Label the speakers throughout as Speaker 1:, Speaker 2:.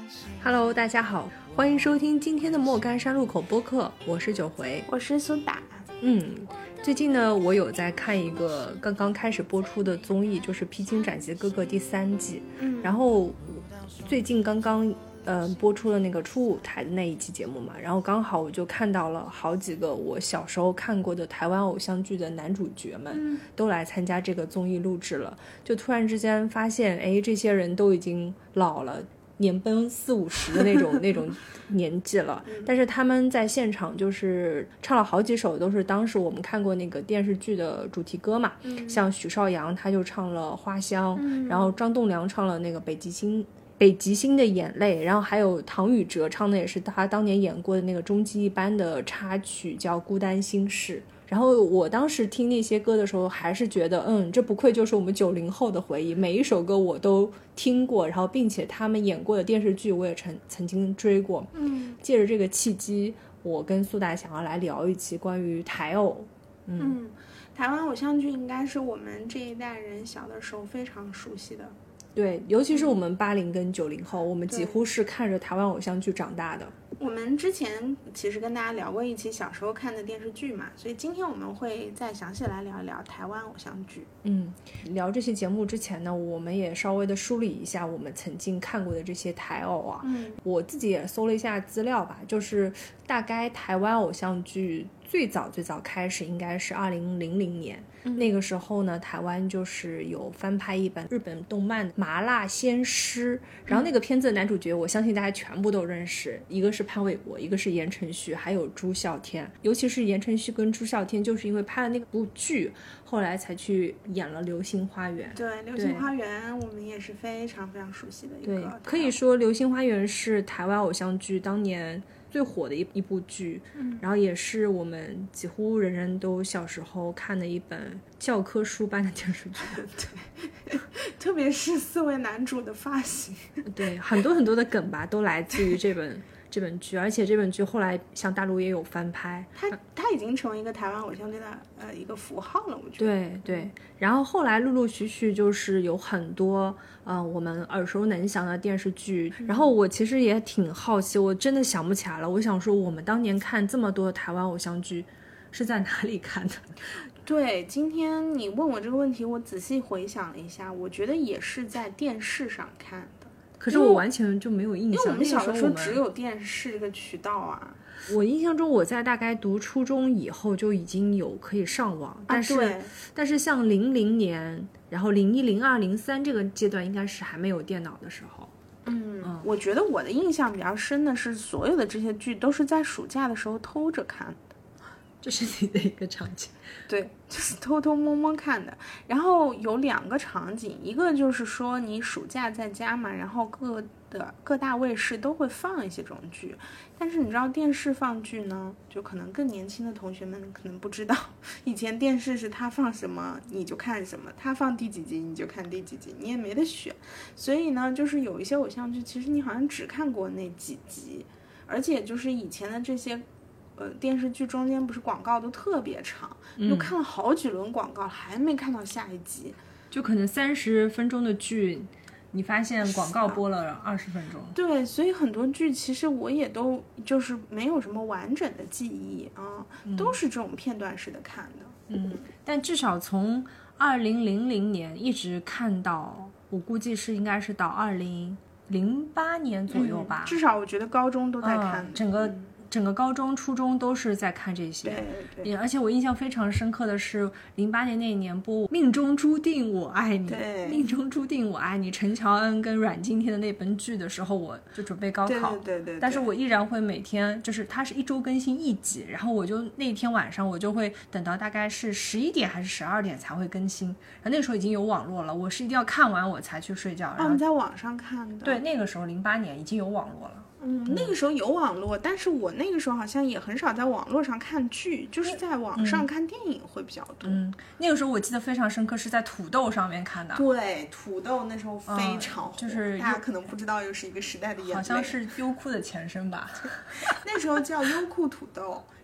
Speaker 1: Hello， 大家好，欢迎收听今天的莫干山路口播客，我是九回，
Speaker 2: 我是苏打。
Speaker 1: 最近呢，我有在看一个刚刚开始播出的综艺，就是《披荆斩棘哥哥》第3季。然后最近刚刚播出了那个初舞台的那一期节目嘛，然后刚好我就看到了好几个我小时候看过的台湾偶像剧的男主角们都来参加这个综艺录制了，就突然之间发现，哎，这些人都已经老了。年奔40-50的那种年纪了，但是他们在现场就是唱了好几首都是当时我们看过那个电视剧的主题歌嘛，像许绍洋他就唱了《花香》，然后张栋梁唱了那个北极星的眼泪，然后还有唐禹哲唱的也是他当年演过的那个终极一班的插曲叫《孤单心事》。然后我当时听那些歌的时候还是觉得这不愧就是我们90后的回忆，每一首歌我都听过，然后并且他们演过的电视剧我也曾经追过。借着这个契机，我跟苏大想要来聊一期关于台偶。
Speaker 2: 台湾偶像剧应该是我们这一代人小的时候非常熟悉的。
Speaker 1: 对，尤其是我们80跟90后，我们几乎是看着台湾偶像剧长大的。
Speaker 2: 我们之前其实跟大家聊过一期小时候看的电视剧嘛，所以今天我们会再详细来聊一聊台湾偶像剧。
Speaker 1: 聊这期节目之前呢，我们也稍微的梳理一下我们曾经看过的这些台偶啊。我自己也搜了一下资料吧，就是大概台湾偶像剧最早开始应该是2000年，那个时候呢，台湾就是有翻拍一本日本动漫《麻辣鲜师》，然后那个片子的男主角我相信大家全部都认识，一个是潘玮柏，一个是言承旭，还有朱孝天。尤其是言承旭跟朱孝天就是因为拍了那部剧，后来才去演了《流星花园》。
Speaker 2: 对，《流星花园》我们也是非常非常熟悉的一个。
Speaker 1: 对，可以说《流星花园》是台湾偶像剧当年最火的一部剧，然后也是我们几乎人人都小时候看的一本教科书般的电视剧。
Speaker 2: 对，特别是4位男主的发型。
Speaker 1: 对，很多很多的梗吧都来自于这本剧，而且这本剧后来像大陆也有翻拍，
Speaker 2: 它已经成为一个台湾偶像剧的一个符号了，我觉得。
Speaker 1: 对，然后后来陆陆续续就是有很多我们耳熟能详的电视剧，然后我其实也挺好奇，我真的想不起来了，我想说我们当年看这么多的台湾偶像剧是在哪里看的？
Speaker 2: 对，今天你问我这个问题，我仔细回想了一下，我觉得也是在电视上看的。
Speaker 1: 可是我完全就没有印象，
Speaker 2: 因为我们小的时候只有电视这个渠道啊。
Speaker 1: 我印象中我在大概读初中以后就已经有可以上网，但是像00年，然后01、02、03这个阶段应该是还没有电脑的时候。
Speaker 2: 我觉得我的印象比较深的是，所有的这些剧都是在暑假的时候偷着看的。
Speaker 1: 这是你的一个场景。
Speaker 2: 对，就是偷偷摸摸看的。然后有2个场景，一个就是说你暑假在家嘛，然后各大卫视都会放一些这种剧，但是你知道电视放剧呢，就可能更年轻的同学们可能不知道，以前电视是他放什么你就看什么，他放第几集你就看第几集，你也没得选。所以呢，就是有一些偶像剧其实你好像只看过那几集，而且就是以前的这些电视剧中间不是广告都特别长，就看了好几轮广告还没看到下一集，
Speaker 1: 就可能30分钟的剧你发现广告播了20分钟。
Speaker 2: 对，所以很多剧其实我也都就是没有什么完整的记忆啊，都是这种片段式的看的。
Speaker 1: 但至少从2000年一直看到，我估计是应该是到2008年左右吧。
Speaker 2: 至少我觉得高中都在看，
Speaker 1: 整个高中初中都是在看这些。
Speaker 2: 对，
Speaker 1: 而且我印象非常深刻的是08年那一年播《命中注定我爱你》，命中注定我爱你，陈乔恩跟阮经天的那本剧的时候，我就准备高考。
Speaker 2: 对，
Speaker 1: 但是我依然会每天，就是它是1周更新1集，然后我就那天晚上我就会等到大概是11点还是12点才会更新，然后那个时候已经有网络了，我是一定要看完我才去睡觉。
Speaker 2: 你在网上看的？
Speaker 1: 对，那个时候08年已经有网络了。
Speaker 2: 那个时候有网络，但是我那个时候好像也很少在网络上看剧，就是在网上看电影会比较多。
Speaker 1: 那个时候我记得非常深刻，是在土豆上面看的。
Speaker 2: 对，土豆那时候非常火，
Speaker 1: 就是
Speaker 2: 大家可能不知道，又是一个时代的眼泪。
Speaker 1: 好像是优酷的前身吧。
Speaker 2: 那时候叫优酷土豆，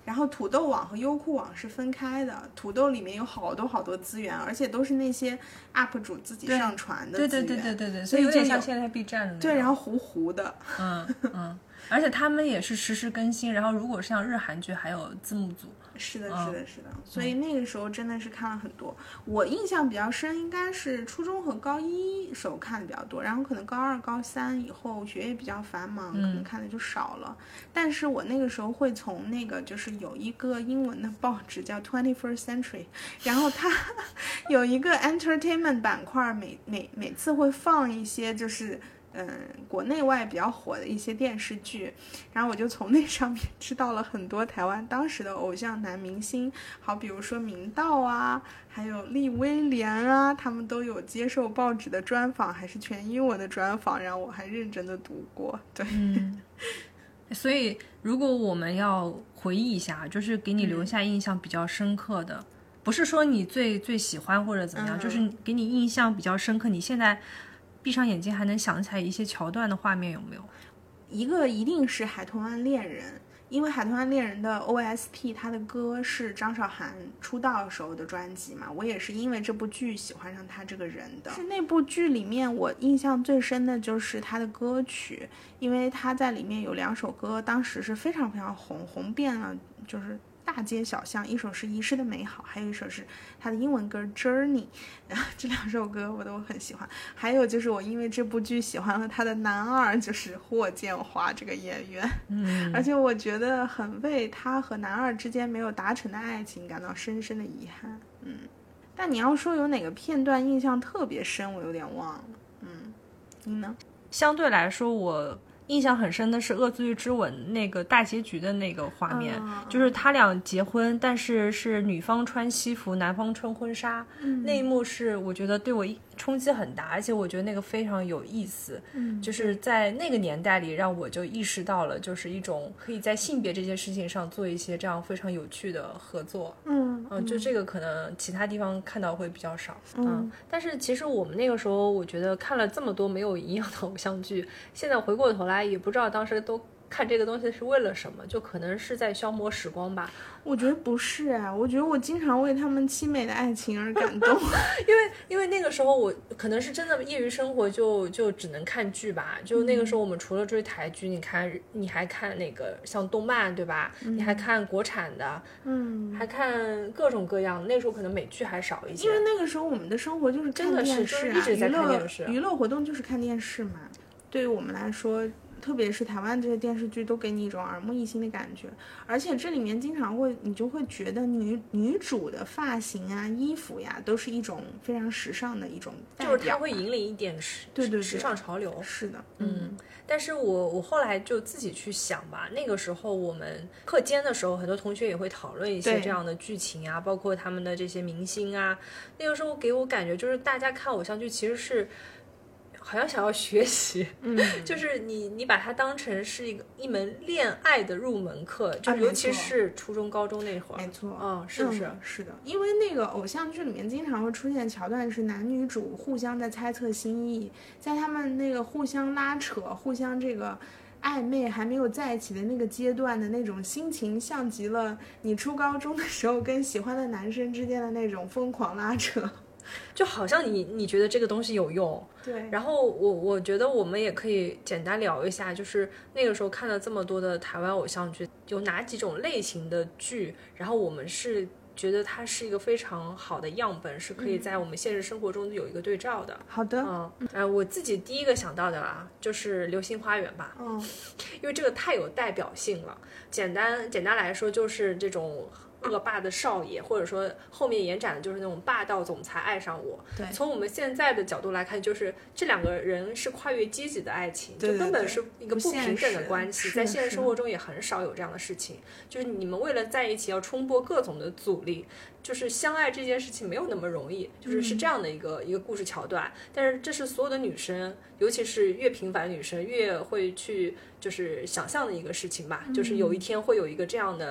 Speaker 2: 然后土豆网和优酷网是分开的，土豆里面有好多好多资源，而且都是那些 UP 主自己上传的资源。
Speaker 1: 对，所以有点像现在 B 站的那种。
Speaker 2: 对，然后糊糊的。
Speaker 1: 而且他们也是实时更新，然后如果像日韩剧还有字幕组。
Speaker 2: 是的，所以那个时候真的是看了很多。我印象比较深应该是初中和高一时候看的比较多，然后可能高二高三以后学业比较繁忙，可能看的就少了。但是我那个时候会从那个就是有一个英文的报纸叫 21st Century， 然后它有一个 entertainment 板块，每次会放一些就是国内外比较火的一些电视剧，然后我就从那上面知道了很多台湾当时的偶像男明星，好比如说明道啊，还有利威廉啊，他们都有接受报纸的专访，还是全英文的专访，然后我还认真的读过。对，
Speaker 1: 所以如果我们要回忆一下，就是给你留下印象比较深刻的，不是说你最喜欢或者怎么样，就是给你印象比较深刻，你现在闭上眼睛还能想起来一些桥段的画面有没有？
Speaker 2: 一个一定是海豚湾恋人，因为海豚湾恋人的 OST 他的歌是张韶涵出道时候的专辑嘛，我也是因为这部剧喜欢上他这个人的。是那部剧里面我印象最深的就是他的歌曲，因为他在里面有2首歌当时是非常非常红遍了，就是大街小巷，一首是遗失的美好，还有一首是他的英文歌 Journey， 这2首歌我都很喜欢。还有就是我因为这部剧喜欢了他的男二，就是霍建华这个演员，而且我觉得很为他和男二之间没有达成的爱情感到深深的遗憾。但你要说有哪个片段印象特别深，我有点忘了。你呢？
Speaker 1: 相对来说我印象很深的是《恶作剧之吻》那个大结局的那个画面，就是他俩结婚，但是女方穿西服，男方穿婚纱，那一幕是我觉得对我冲击很大，而且我觉得那个非常有意思，就是在那个年代里让我就意识到了，就是一种可以在性别这件事情上做一些这样非常有趣的合作。就这个可能其他地方看到会比较少。但是其实我们那个时候我觉得看了这么多没有营养的偶像剧，现在回过头来也不知道当时都看这个东西是为了什么，就可能是在消磨时光吧。
Speaker 2: 我觉得不是我觉得我经常为他们凄美的爱情而感动
Speaker 1: 因为那个时候我可能是真的业余生活就只能看剧吧，就那个时候我们除了追台剧，你还看那个像动漫对吧，你还看国产的，还看各种各样，那时候可能美剧还少一些，
Speaker 2: 因为那个时候我们的生活就是看电视
Speaker 1: 就是一直在看电视，
Speaker 2: 娱乐活动就是看电视嘛。对于我们来说，特别是台湾这些电视剧都给你一种耳目一新的感觉，而且这里面经常你就会觉得女主的发型啊、衣服呀，都是一种非常时尚的一种代表，
Speaker 1: 就是它会引领一点时尚潮流。
Speaker 2: 是的，
Speaker 1: 但是我后来就自己去想吧，那个时候我们课间的时候，很多同学也会讨论一些这样的剧情啊，包括他们的这些明星啊。那个时候给我感觉就是大家看偶像剧其实是好像想要学习，就是你把它当成是一门恋爱的入门课，就尤其是初中高中那会儿，
Speaker 2: 没错，
Speaker 1: 是不是？
Speaker 2: 是的，因为那个偶像剧里面经常会出现桥段是男女主互相在猜测心意，在他们那个互相拉扯、互相这个暧昧还没有在一起的那个阶段的那种心情，像极了你初高中的时候跟喜欢的男生之间的那种疯狂拉扯。
Speaker 1: 就好像你觉得这个东西有用，
Speaker 2: 对。
Speaker 1: 然后我觉得我们也可以简单聊一下，就是那个时候看了这么多的台湾偶像剧，有哪几种类型的剧，然后我们是觉得它是一个非常好的样本，是可以在我们现实生活中有一个对照的。
Speaker 2: 好的。
Speaker 1: 我自己第一个想到的就是《流星花园》吧，因为这个太有代表性了。简单来说，就是这种恶霸的少爷，或者说后面延展的就是那种霸道总裁爱上我。
Speaker 2: 对，
Speaker 1: 从我们现在的角度来看，就是这两个人是跨越阶级的爱情，
Speaker 2: 对对对，
Speaker 1: 就根本是一个不平等的关系，在现实生活中
Speaker 2: 也
Speaker 1: 很少有这样的事情。就是你们为了在一起要冲破各种的阻力，就是相爱这件事情没有那么容易，是这样的一个故事桥段。但是这是所有的女生，尤其是越平凡的女生越会去就是想象的一个事情吧，就是有一天会有一个这样的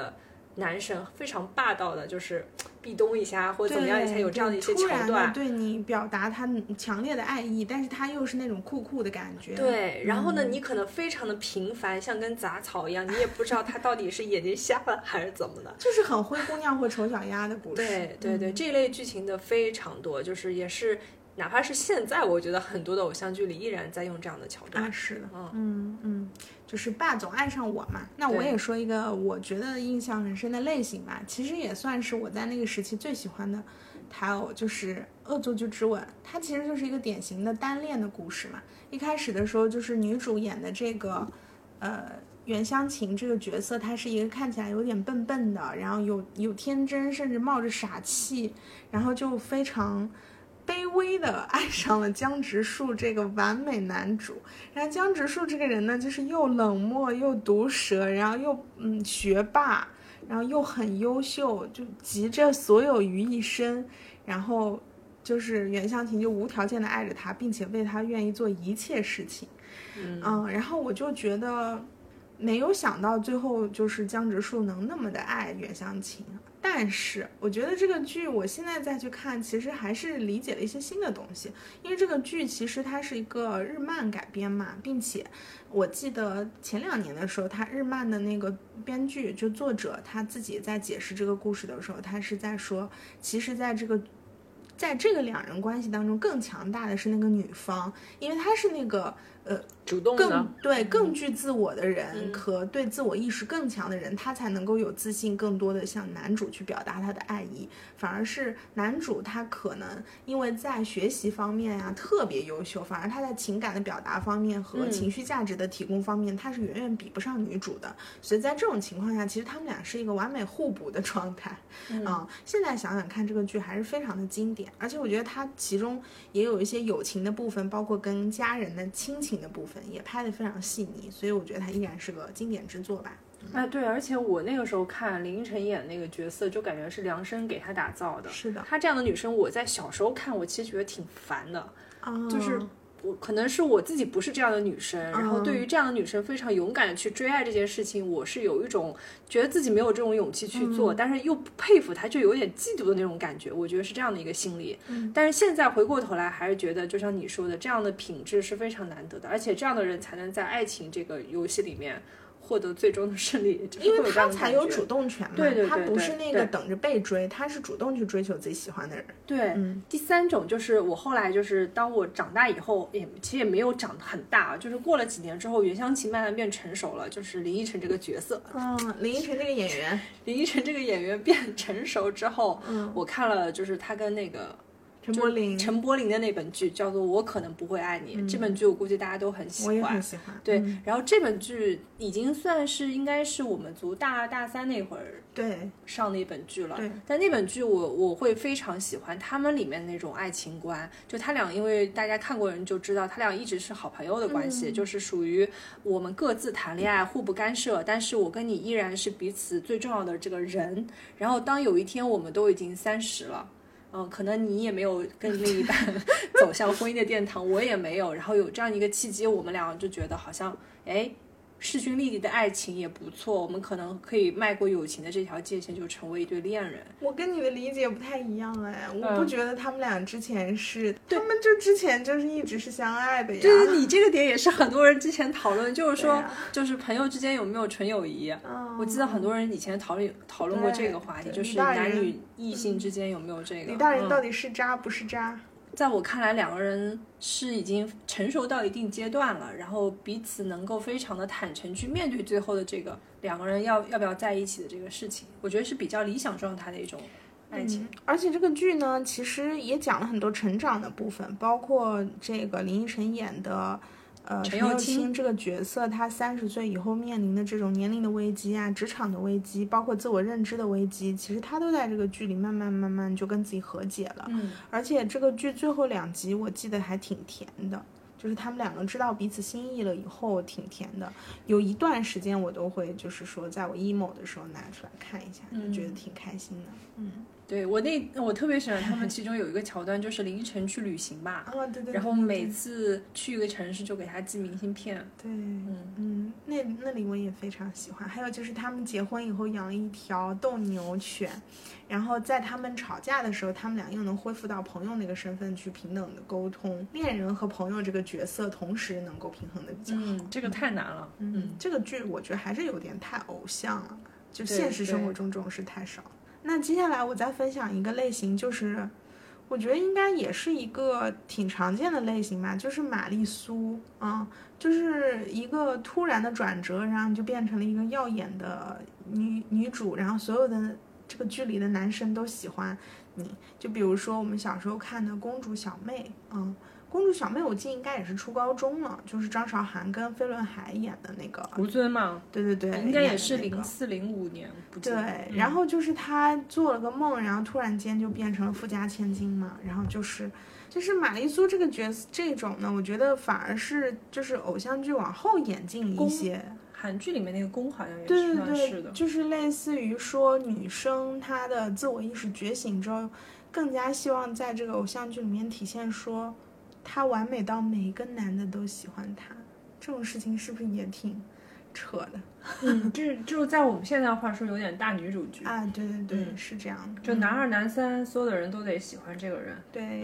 Speaker 1: 男神非常霸道的，就是壁咚一下或者怎么样，才有这样的一些桥段，
Speaker 2: 突然的对你表达他强烈的爱意，但是他又是那种酷酷的感觉。
Speaker 1: 对，然后呢，你可能非常的平凡，像跟杂草一样，你也不知道他到底是眼睛瞎了还是怎么的，
Speaker 2: 就是很灰姑娘或丑小鸭的故事。
Speaker 1: 对对对，这一类剧情的非常多，就是也是。哪怕是现在，我觉得很多的偶像剧里依然在用这样的桥段。
Speaker 2: 啊，是的，就是霸总爱上我嘛。那我也说一个我觉得印象很深的类型吧，其实也算是我在那个时期最喜欢的台偶，就是《恶作剧之吻》。它其实就是一个典型的单恋的故事嘛。一开始的时候，就是女主演的这个袁湘琴这个角色，她是一个看起来有点笨笨的，然后有天真，甚至冒着傻气，然后就非常卑微的爱上了江直树这个完美男主。然后江直树这个人呢，就是又冷漠又毒舌，然后又学霸，然后又很优秀，就集着所有于一身。然后就是袁湘琴就无条件的爱着他，并且为他愿意做一切事情。然后我就觉得没有想到最后就是江直树能那么的爱袁湘琴。但是我觉得这个剧我现在再去看，其实还是理解了一些新的东西。因为这个剧其实它是一个日漫改编嘛，并且我记得前2年的时候，他日漫的那个编剧就作者他自己在解释这个故事的时候，他是在说，其实在这个两人关系当中更强大的是那个女方，因为她是那个
Speaker 1: 主动的，
Speaker 2: 更具自我的人和对自我意识更强的人，他才能够有自信，更多的向男主去表达他的爱意。反而是男主他可能因为在学习方面啊特别优秀，反而他在情感的表达方面和情绪价值的提供方面，他是远远比不上女主的。所以在这种情况下，其实他们俩是一个完美互补的状态。现在想想看，这个剧还是非常的经典，而且我觉得它其中也有一些友情的部分，包括跟家人的亲情的部分也拍得非常细腻，所以我觉得它依然是个经典之作吧。
Speaker 1: 对，而且我那个时候看林依晨演那个角色，就感觉是量身给她打造的。
Speaker 2: 是的，
Speaker 1: 她这样的女生，我在小时候看，我其实觉得挺烦的，就是我可能是我自己不是这样的女生，然后对于这样的女生非常勇敢的去追爱这件事情，我是有一种觉得自己没有这种勇气去做，但是又佩服她，就有点嫉妒的那种感觉，我觉得是这样的一个心理。但是现在回过头来，还是觉得就像你说的，这样的品质是非常难得的，而且这样的人才能在爱情这个游戏里面获得最终的胜利，
Speaker 2: 因为他才有主动权嘛。
Speaker 1: 对，
Speaker 2: 他不是那个等着被追，他是主动去追求自己喜欢的人。
Speaker 1: 对，第三种就是我后来就是当我长大以后，其实也没有长得很大，就是过了几年之后，袁湘琴慢慢变成熟了，就是林依晨这个角色。
Speaker 2: 林依晨这个演员，
Speaker 1: 林依晨这个演员变成熟之后，我看了就是他跟那个陈柏霖的那本剧叫做《我可能不会爱你》，这本剧我估计大家都很喜欢，
Speaker 2: 我也很喜欢。
Speaker 1: 对，然后这本剧已经算是应该是我们读大2大3那会儿上的一本剧了。
Speaker 2: 对，
Speaker 1: 但那本剧我会非常喜欢他们里面那种爱情观，就他俩，因为大家看过人就知道，他俩一直是好朋友的关系，就是属于我们各自谈恋爱，互不干涉，但是我跟你依然是彼此最重要的这个人。然后当有一天我们都已经30了。可能你也没有跟另一半走向婚姻的殿堂，我也没有，然后有这样一个契机，我们俩就觉得好像势均力敌的爱情也不错，我们可能可以迈过友情的这条界限，就成为一对恋人。
Speaker 2: 我跟你的理解不太一样我不觉得他们俩之前是，他们就之前就是一直是相爱的呀。
Speaker 1: 就是你这个点也是很多人之前讨论，就是说，就是朋友之间有没有纯友谊。我记得很多人以前讨论过这个话题，就是男女异性之间有没有这个。
Speaker 2: 李大人到底是渣不是渣？
Speaker 1: 在我看来，两个人是已经成熟到一定阶段了，然后彼此能够非常的坦诚去面对最后的这个两个人要不要在一起的这个事情，我觉得是比较理想状态的一种爱情。
Speaker 2: 而且这个剧呢，其实也讲了很多成长的部分，包括这个林依晨演的陈又青这个角色，他30岁以后面临的这种年龄的危机啊，职场的危机，包括自我认知的危机，其实他都在这个剧里慢慢就跟自己和解了。而且这个剧最后2集我记得还挺甜的， 就是他们两个知道彼此心意了以后挺甜的。有一段时间我都会就是说在我 emo 的时候拿出来看一下，就觉得挺开心的。
Speaker 1: 对，我特别喜欢他们其中有一个桥段，就是凌晨去旅行吧，
Speaker 2: 对，
Speaker 1: 然后每次去一个城市就给他寄明信片。
Speaker 2: 对，那里我也非常喜欢。还有就是他们结婚以后养了一条斗牛犬，然后在他们吵架的时候，他们俩又能恢复到朋友那个身份去平等的沟通，恋人和朋友这个角色同时能够平衡的比较好。
Speaker 1: 这个太难了。
Speaker 2: 这个剧我觉得还是有点太偶像了，就现实生活中这种事太少。那接下来我再分享一个类型，就是我觉得应该也是一个挺常见的类型吧，就是玛丽苏就是一个突然的转折，然后你就变成了一个耀眼的女主，然后所有的这个剧里的男生都喜欢你。就比如说我们小时候看的公主小妹，公主小妹我记得应该也是初高中了，就是张韶涵跟飞轮海演的那个
Speaker 1: 吴尊嘛，
Speaker 2: 对，
Speaker 1: 应该也是0405年，不记得。
Speaker 2: 对，然后就是她做了个梦，然后突然间就变成了富家千金嘛，然后就是玛丽苏这个角色这种呢，我觉得反而是就是偶像剧往后演进一些。
Speaker 1: 韩剧里面那个宫好像也
Speaker 2: 是
Speaker 1: 算是的，
Speaker 2: 对，就是类似于说女生她的自我意识觉醒之后，更加希望在这个偶像剧里面体现说她完美到每一个男的都喜欢她，这种事情是不是也挺扯的？
Speaker 1: 就在我们现在话说有点大女主剧
Speaker 2: 啊，对，是这样的，
Speaker 1: 就男二男三所有的人都得喜欢这个人。
Speaker 2: 对，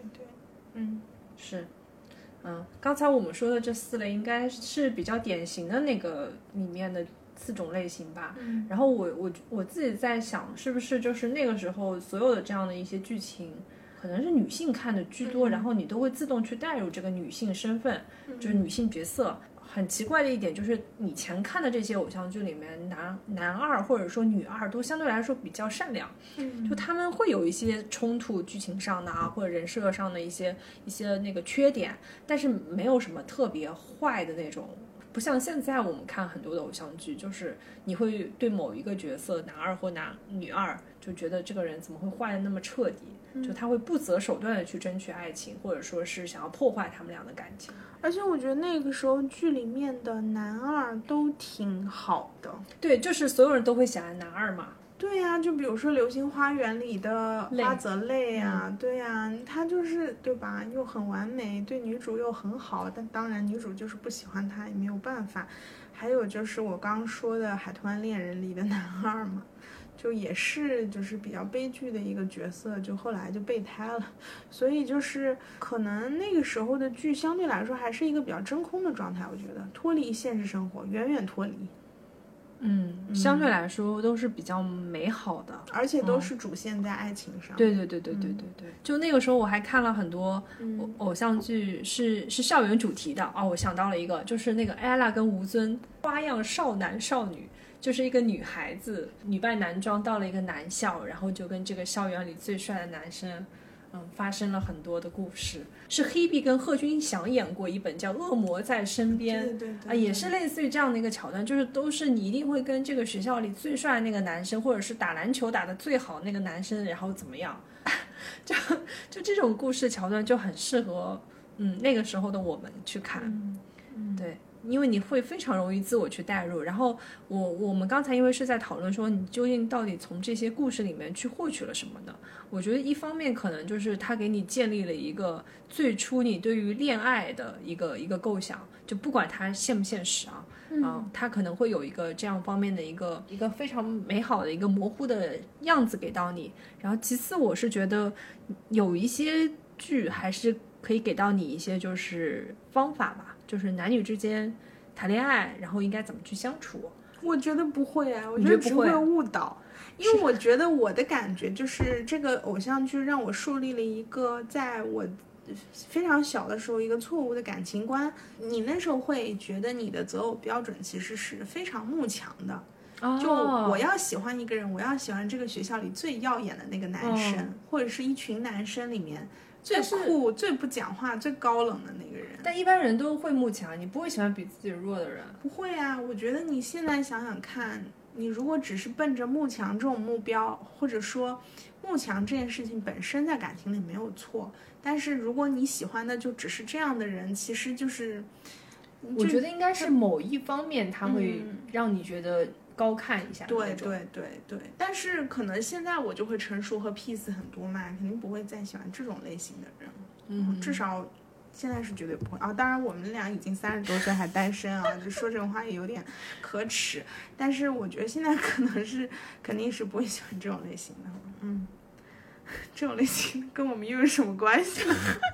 Speaker 1: 是。刚才我们说的这4类应该是比较典型的那个里面的4种类型吧。然后我自己在想，是不是就是那个时候所有的这样的一些剧情，可能是女性看的居多，然后你都会自动去带入这个女性身份，就是女性角色。很奇怪的一点就是，以前看的这些偶像剧里面，男二或者说女二都相对来说比较善良，就他们会有一些冲突，剧情上的或者人设上的一些那个缺点，但是没有什么特别坏的那种。不像现在我们看很多的偶像剧，就是你会对某一个角色男二或女二就觉得这个人怎么会坏得那么彻底，就他会不择手段的去争取爱情，或者说是想要破坏他们俩的感情。
Speaker 2: 而且我觉得那个时候剧里面的男二都挺好的。
Speaker 1: 对，就是所有人都会喜欢男二嘛。
Speaker 2: 对呀，就比如说《流星花园》里的花泽类呀，对呀，他就是对吧，又很完美，对女主又很好，但当然女主就是不喜欢他，也没有办法。还有就是我刚刚说的《海豚湾恋人》里的男二嘛，就也是就是比较悲剧的一个角色，就后来就备胎了。所以就是可能那个时候的剧相对来说还是一个比较真空的状态，我觉得脱离现实生活，远远脱离。
Speaker 1: 相对来说都是比较美好的，
Speaker 2: 而且都是主线在爱情上。
Speaker 1: 对，就那个时候我还看了很多偶像剧是校园主题的我想到了一个，就是那个 ella 跟吴尊花样少男少女，就是一个女孩子女扮男装到了一个男校，然后就跟这个校园里最帅的男生发生了很多的故事。是黑碧跟贺军翔演过一本叫《恶魔在身边》，
Speaker 2: 对，
Speaker 1: 也是类似于这样的一个桥段，就是都是你一定会跟这个学校里最帅的那个男生，或者是打篮球打得最好那个男生，然后怎么样，就这种故事桥段就很适合那个时候的我们去看。对，因为你会非常容易自我去代入。然后我们刚才因为是在讨论说你究竟到底从这些故事里面去获取了什么呢？我觉得一方面可能就是它给你建立了一个最初你对于恋爱的一个构想，就不管它现不现实它可能会有一个这样方面的一个非常美好的一个模糊的样子给到你。然后其次我是觉得有一些剧还是可以给到你一些就是方法吧，就是男女之间谈恋爱然后应该怎么去相处。
Speaker 2: 我觉得不会我觉得只会误导。因为我觉得我的感觉就是这个偶像剧让我树立了一个在我非常小的时候一个错误的感情观。你那时候会觉得你的择偶标准其实是非常慕强的，就我要喜欢一个人，我要喜欢这个学校里最耀眼的那个男生，或者是一群男生里面最酷最不讲话最高冷的那个人。
Speaker 1: 但一般人都会慕强，你不会喜欢比自己弱的人。
Speaker 2: 不会我觉得你现在想想看， 你如果只是奔着慕强这种目标，或者说慕强这件事情本身在感情里没有错，但是如果你喜欢的就只是这样的人，其实就是
Speaker 1: 我觉得应该是某一方面他会让你觉得高看一下。
Speaker 2: 对，但是可能现在我就会成熟和 peace 很多嘛，肯定不会再喜欢这种类型的人。至少现在是绝对不会啊。当然我们俩已经30多岁还单身啊，就说这种话也有点可耻，但是我觉得现在肯定是不会喜欢这种类型的。这种类型跟我们又有什么关系？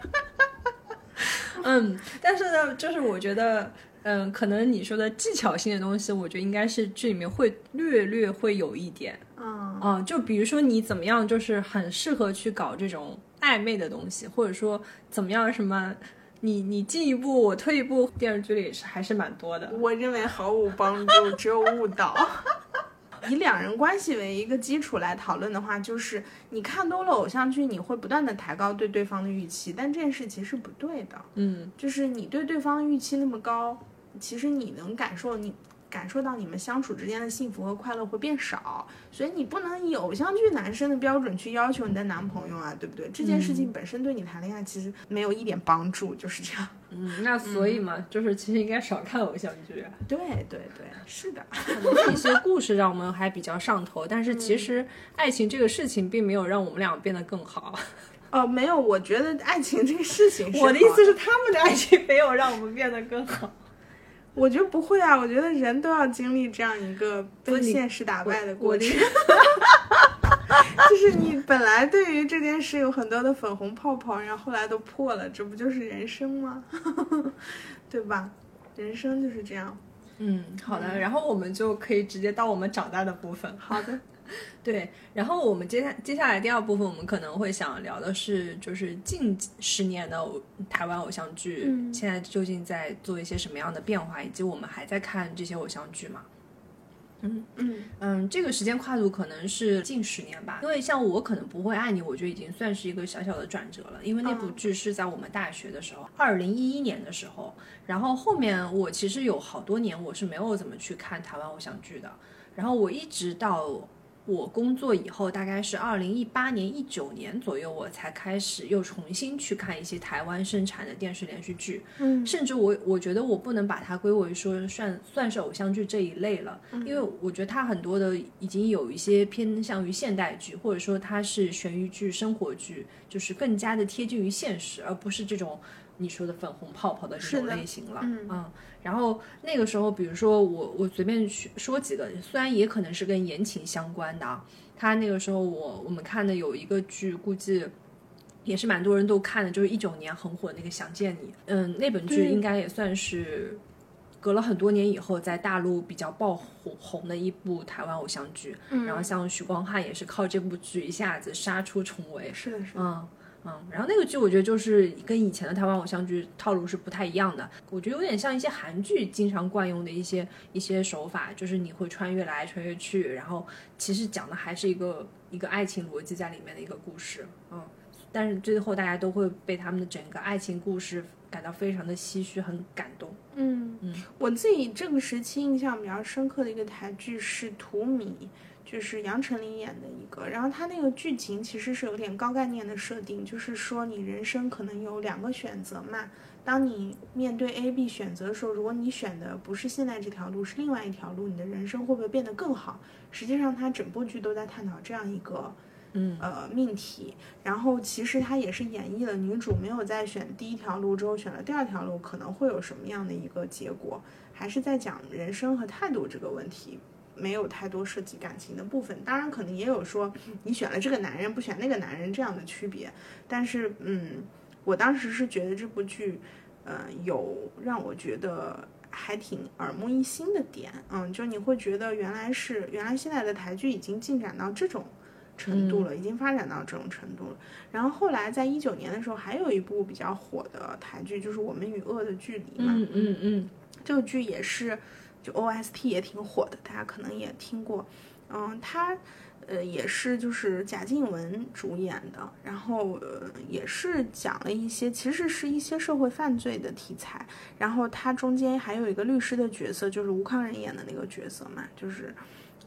Speaker 1: 但是呢，就是我觉得可能你说的技巧性的东西，我觉得应该是这里面会略会有一点。就比如说你怎么样就是很适合去搞这种暧昧的东西，或者说怎么样什么你进一步我退一步，电视剧里还是蛮多的。
Speaker 2: 我认为毫无帮助，只有误导。以两人关系为一个基础来讨论的话，就是你看多了偶像剧，你会不断的抬高对对方的预期，但这件事其实不对的。就是你对对方预期那么高，其实你能感受到你们相处之间的幸福和快乐会变少，所以你不能以偶像剧男生的标准去要求你的男朋友啊，对不对？这件事情本身对你谈恋爱其实没有一点帮助，就是这样。
Speaker 1: 那所以嘛，就是其实应该少看偶像剧。
Speaker 2: 对，是的。
Speaker 1: 可能一些故事让我们还比较上头，但是其实爱情这个事情并没有让我们俩变得更好。
Speaker 2: 没有，我觉得爱情这个事情是
Speaker 1: 我的意思是他们的爱情没有让我们变得更好。
Speaker 2: 我觉得不会啊，我觉得人都要经历这样一个被现实打败的过程。就是你本来对于这件事有很多的粉红泡泡，然后后来都破了，这不就是人生吗？对吧？人生就是这样。
Speaker 1: 好的，然后我们就可以直接到我们长大的部分。
Speaker 2: 好的。
Speaker 1: 对，然后我们接下来第二部分，我们可能会想聊的是，就是近10年的台湾偶像剧，现在究竟在做一些什么样的变化，以及我们还在看这些偶像剧吗？这个时间跨度可能是近10年吧，因为像我可能不会爱你，我觉得已经算是一个小小的转折了，因为那部剧是在我们大学的时候，2011年的时候，然后后面我其实有好多年我是没有怎么去看台湾偶像剧的，然后我一直到我工作以后，大概是2018年、19年左右，我才开始又重新去看一些台湾生产的电视连续剧。甚至我觉得我不能把它归为说算是偶像剧这一类了，因为我觉得它很多的已经有一些偏向于现代剧，或者说它是悬疑剧、生活剧，就是更加的贴近于现实，而不是这种你说的粉红泡泡的这种类型了。然后那个时候比如说我随便说几个，虽然也可能是跟言情相关的啊，他那个时候我们看的有一个剧，估计也是蛮多人都看的，就是19年很火那个想见你。那本剧应该也算是隔了很多年以后在大陆比较爆红的一部台湾偶像剧。然后像许光汉也是靠这部剧一下子杀出重围。
Speaker 2: 是的。
Speaker 1: 然后那个剧我觉得就是跟以前的台湾偶像剧套路是不太一样的，我觉得有点像一些韩剧经常惯用的一些手法，就是你会穿越来穿越去，然后其实讲的还是一个爱情逻辑在里面的一个故事。但是最后大家都会被他们的整个爱情故事感到非常的唏嘘，很感动。
Speaker 2: 我自己这个时期印象比较深刻的一个台剧是《荼蘼》，就是杨丞琳演的一个，然后他那个剧情其实是有点高概念的设定，就是说你人生可能有2个选择嘛，当你面对 A、B 选择的时候，如果你选的不是现在这条路，是另外一条路，你的人生会不会变得更好？实际上他整部剧都在探讨这样一个命题，然后其实它也是演绎了女主没有在选第一条路之后选了第2条路可能会有什么样的一个结果，还是在讲人生和态度这个问题，没有太多涉及感情的部分。当然可能也有说你选了这个男人不选那个男人这样的区别，但是我当时是觉得这部剧有让我觉得还挺耳目一新的点。就你会觉得原来现在的台剧已经进展到这种程度了，已经发展到这种程度了。然后后来在19年的时候还有一部比较火的台剧，就是《我们与恶的距离》嘛。这个剧也是就 OST 也挺火的，大家可能也听过。它也是就是贾静雯主演的，然后也是讲了一些其实是一些社会犯罪的题材，然后它中间还有一个律师的角色，就是吴康仁演的那个角色嘛，就是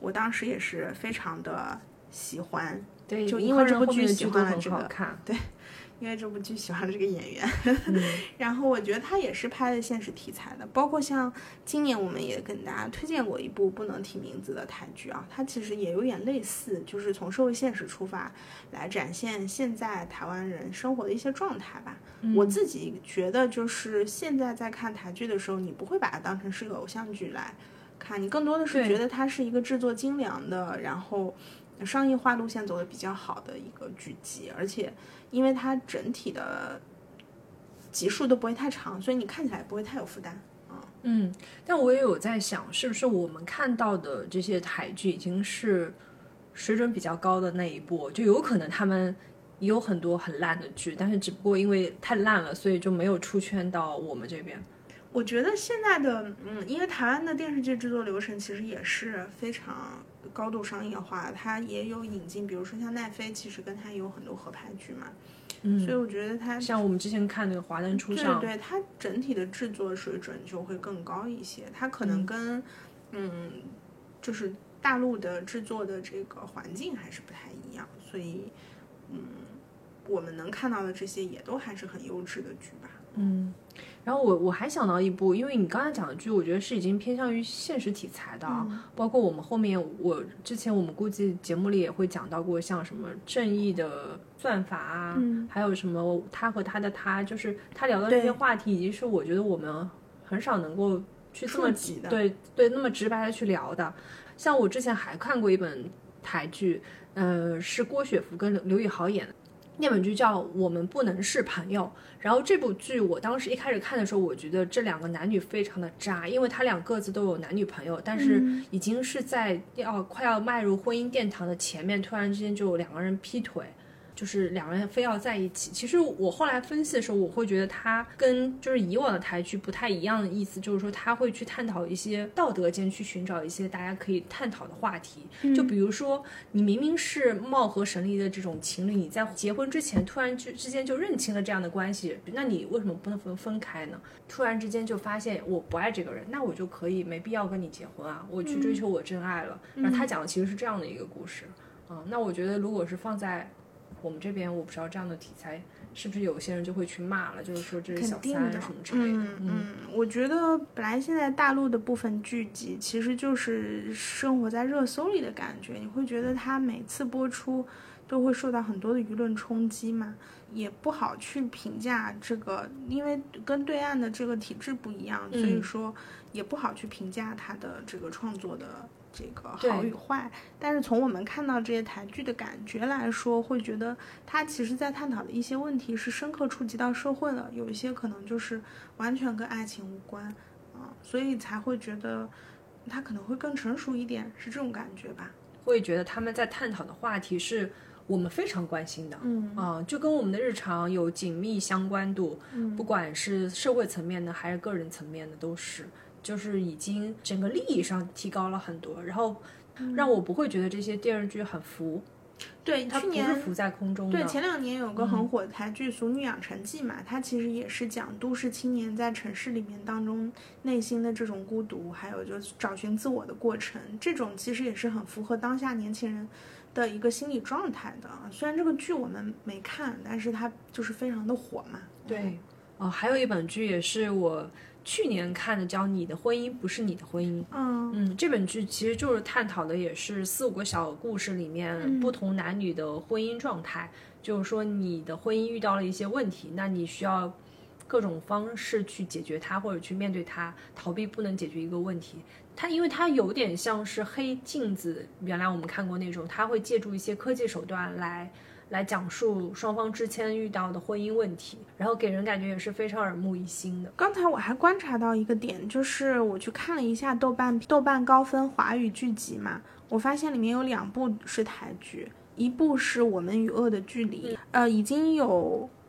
Speaker 2: 我当时也是非常的喜欢，
Speaker 1: 对，
Speaker 2: 就因为这部剧
Speaker 1: 喜欢了
Speaker 2: 这个，对，因为这部剧喜欢了这个演员，然后我觉得他也是拍的现实题材的，包括像今年我们也跟大家推荐过一部不能提名字的台剧啊，它其实也有点类似，就是从社会现实出发来展现现在台湾人生活的一些状态吧。我自己觉得就是现在在看台剧的时候，你不会把它当成是个偶像剧来看，你更多的是觉得它是一个制作精良的，然后商业化路线走的比较好的一个剧集，而且因为它整体的集数都不会太长，所以你看起来不会太有负担。
Speaker 1: 但我也有在想，是不是我们看到的这些台剧已经是水准比较高的那一波，就有可能他们也有很多很烂的剧，但是只不过因为太烂了，所以就没有出圈到我们这边。
Speaker 2: 我觉得现在的因为台湾的电视剧制作流程其实也是非常高度商业化，它也有引进，比如说像奈飞，其实跟它也有很多合拍剧嘛，所以我觉得它
Speaker 1: 像我们之前看那个《华灯初上》，
Speaker 2: 对，它整体的制作水准就会更高一些，它可能跟就是大陆的制作的这个环境还是不太一样，所以我们能看到的这些也都还是很优质的剧吧。
Speaker 1: 然后我还想到一部，因为你刚才讲的剧，我觉得是已经偏向于现实题材的，包括我们后面之前我们估计节目里也会讲到过，像什么正义的算法啊，还有什么他和他的他，就是他聊的这些话题，已经是我觉得我们很少能够去这么对那么直白的去聊的。像我之前还看过一本台剧，是郭雪芙跟刘宇豪演的。那本剧叫《我们不能是朋友》，然后这部剧我当时一开始看的时候，我觉得这两个男女非常的渣，因为他俩各自都有男女朋友，但是已经是在快要迈入婚姻殿堂的前面，突然之间就有两个人劈腿，就是两人非要在一起。其实我后来分析的时候，我会觉得他跟就是以往的台剧不太一样的意思，就是说他会去探讨一些道德间去寻找一些大家可以探讨的话题，就比如说你明明是貌合神离的这种情侣，你在结婚之前突然之间就认清了这样的关系，那你为什么不能分开呢？突然之间就发现我不爱这个人，那我就可以没必要跟你结婚啊，我去追求我真爱了。然后他讲的其实是这样的一个故事那我觉得如果是放在我们这边，我不知道这样的题材是不是有些人就会去骂了，就是说这是小三什么之类的。
Speaker 2: 我觉得本来现在大陆的部分剧集其实就是生活在热搜里的感觉，你会觉得它每次播出都会受到很多的舆论冲击嘛，也不好去评价这个，因为跟对岸的这个体制不一样，所以说也不好去评价它的这个创作的这个好与坏。但是从我们看到这些台剧的感觉来说，会觉得它其实在探讨的一些问题是深刻触及到社会了，有一些可能就是完全跟爱情无关所以才会觉得它可能会更成熟一点，是这种感觉吧。
Speaker 1: 会觉得他们在探讨的话题是我们非常关心的就跟我们的日常有紧密相关度不管是社会层面的还是个人层面的，都是就是已经整个利益上提高了很多，然后让我不会觉得这些电视剧很浮。
Speaker 2: 对，
Speaker 1: 它不是浮在空中的。
Speaker 2: 对，前2年有个很火的台剧《俗女养成记》嘛，它其实也是讲都市青年在城市里面当中内心的这种孤独，还有就是找寻自我的过程，这种其实也是很符合当下年轻人的一个心理状态的。虽然这个剧我们没看，但是它就是非常的火嘛。
Speaker 1: 对还有一本剧也是我去年看的，叫《你的婚姻不是你的婚姻》。这本剧其实就是探讨的也是4-5个小故事里面不同男女的婚姻状态，就是说你的婚姻遇到了一些问题，那你需要各种方式去解决它，或者去面对它，逃避不能解决一个问题。因为它有点像是黑镜子，原来我们看过那种，它会借助一些科技手段来讲述双方之间遇到的婚姻问题，然后给人感觉也是非常耳目一新的。
Speaker 2: 刚才我还观察到一个点，就是我去看了一下豆瓣高分华语剧集嘛，我发现里面有2部是台剧，一部是《我们与恶的距离》，已经有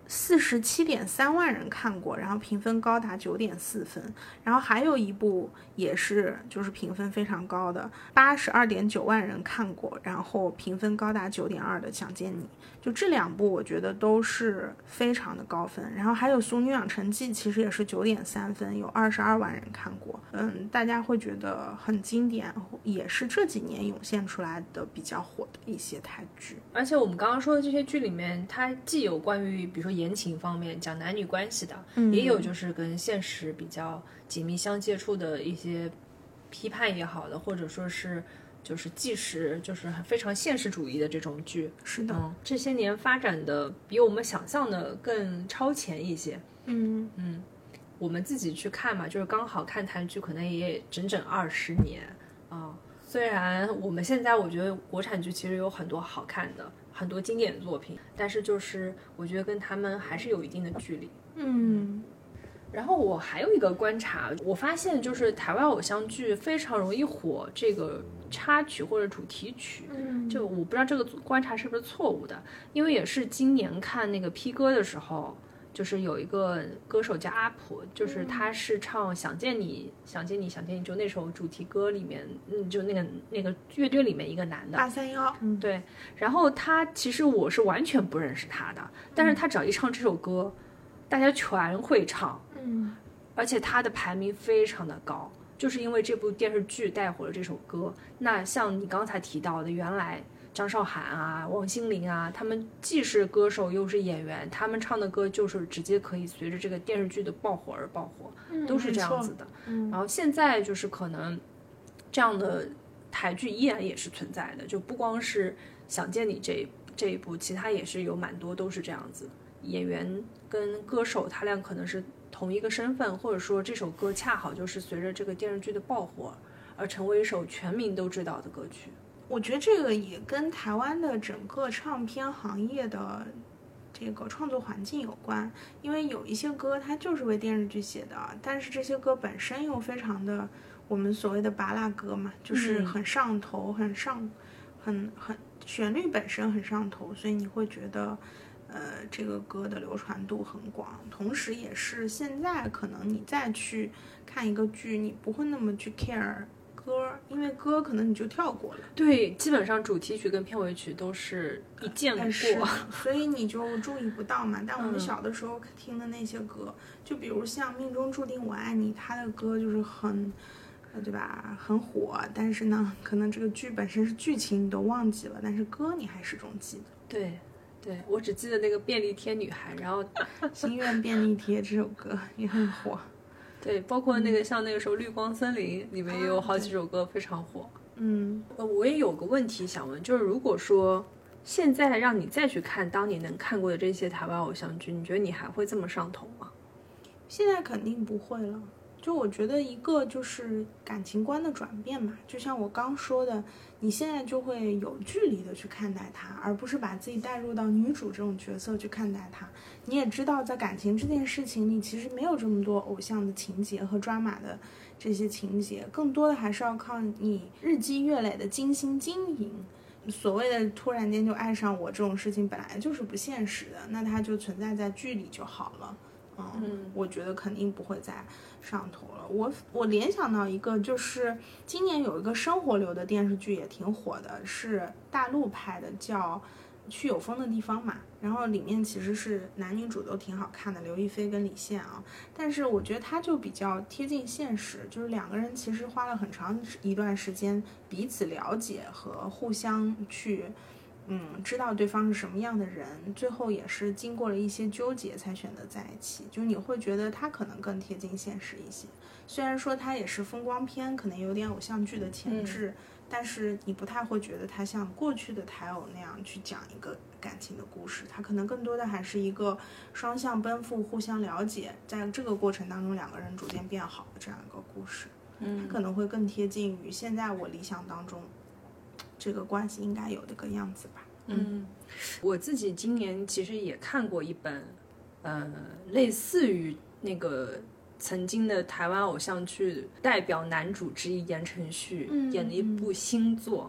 Speaker 2: 47.3万人看过，然后评分高达9.4分。然后还有一部也是就是评分非常高的，82.9万人看过，然后评分高达9.2的《想见你》。就这两部我觉得都是非常的高分。然后还有《俗女养成记》，其实也是9.3分，有22万人看过。大家会觉得很经典，也是这几年涌现出来的比较火的一些台剧。
Speaker 1: 而且我们刚刚说的这些剧里面，它既有关于比如说言情方面讲男女关系的，也有就是跟现实比较紧密相接触的一些批判也好的，或者说是就是纪实，就是非常现实主义的这种剧。
Speaker 2: 是的，
Speaker 1: 这些年发展的比我们想象的更超前一些。我们自己去看嘛，就是刚好看台剧可能也整整20年啊。虽然我们现在我觉得国产剧其实有很多好看的，很多经典的作品，但是就是我觉得跟他们还是有一定的距离。然后我还有一个观察，我发现就是台湾偶像剧非常容易火这个插曲或者主题曲。就我不知道这个观察是不是错误的，因为也是今年看那个 P 歌的时候，就是有一个歌手叫阿普，就是他是唱想见你想见你想见你，就那首主题歌里面就那个乐队里面一个男的
Speaker 2: 831。
Speaker 1: 对，然后他其实我是完全不认识他的，但是他只要一唱这首歌，大家全会唱。而且他的排名非常的高，就是因为这部电视剧带火了这首歌。那像你刚才提到的，原来张韶涵啊、王心凌啊，他们既是歌手又是演员，他们唱的歌就是直接可以随着这个电视剧的爆火而爆火，都是这样子的。然后现在就是可能这样的台剧依然也是存在的，就不光是想见你这一部，其他也是有蛮多都是这样子，演员跟歌手他俩可能是同一个身份，或者说这首歌恰好就是随着这个电视剧的爆火而成为一首全民都知道的歌曲。
Speaker 2: 我觉得这个也跟台湾的整个唱片行业的这个创作环境有关，因为有一些歌它就是为电视剧写的，但是这些歌本身又非常的我们所谓的拔辣歌嘛，就是很上头，很旋律本身很上头，所以你会觉得这个歌的流传度很广。同时也是现在可能你再去看一个剧，你不会那么去 care 歌，因为歌可能你就跳过了。
Speaker 1: 对，基本上主题曲跟片尾曲都是一见过，
Speaker 2: 所以你就注意不到嘛。但我们小的时候听的那些歌，就比如像《命中注定我爱你》，它的歌就是很对吧，很火，但是呢可能这个剧本身是剧情你都忘记了，但是歌你还始终记得。
Speaker 1: 对，我只记得那个便利贴女孩，然后
Speaker 2: 心愿便利贴这首歌也很火。
Speaker 1: 对，包括那个像那个时候绿光森林里面也有好几首歌非常火。我也有个问题想问，就是如果说现在让你再去看当年能看过的这些台湾偶像剧，你觉得你还会这么上头吗？
Speaker 2: 现在肯定不会了。就我觉得一个就是感情观的转变嘛，就像我刚说的，你现在就会有距离的去看待它，而不是把自己带入到女主这种角色去看待它。你也知道在感情这件事情里其实没有这么多偶像的情节和抓马的这些情节，更多的还是要靠你日积月累的精心经营。所谓的突然间就爱上我这种事情本来就是不现实的，那它就存在在剧里就好了。我觉得肯定不会再上头了。我联想到一个，就是今年有一个生活流的电视剧也挺火的，是大陆拍的，叫去有风的地方嘛。然后里面其实是男女主都挺好看的，刘亦菲跟李现啊。但是我觉得它就比较贴近现实，就是两个人其实花了很长一段时间彼此了解和互相去知道对方是什么样的人，最后也是经过了一些纠结才选择在一起。就你会觉得他可能更贴近现实一些，虽然说他也是风光片，可能有点偶像剧的潜质，但是你不太会觉得他像过去的台偶那样去讲一个感情的故事，他可能更多的还是一个双向奔赴、互相了解，在这个过程当中两个人逐渐变好的这样一个故事。他可能会更贴近于现在我理想当中这个关系应该有的个样子吧。
Speaker 1: 我自己今年其实也看过一本类似于那个曾经的台湾偶像剧代表男主之一言承旭演的一部新作，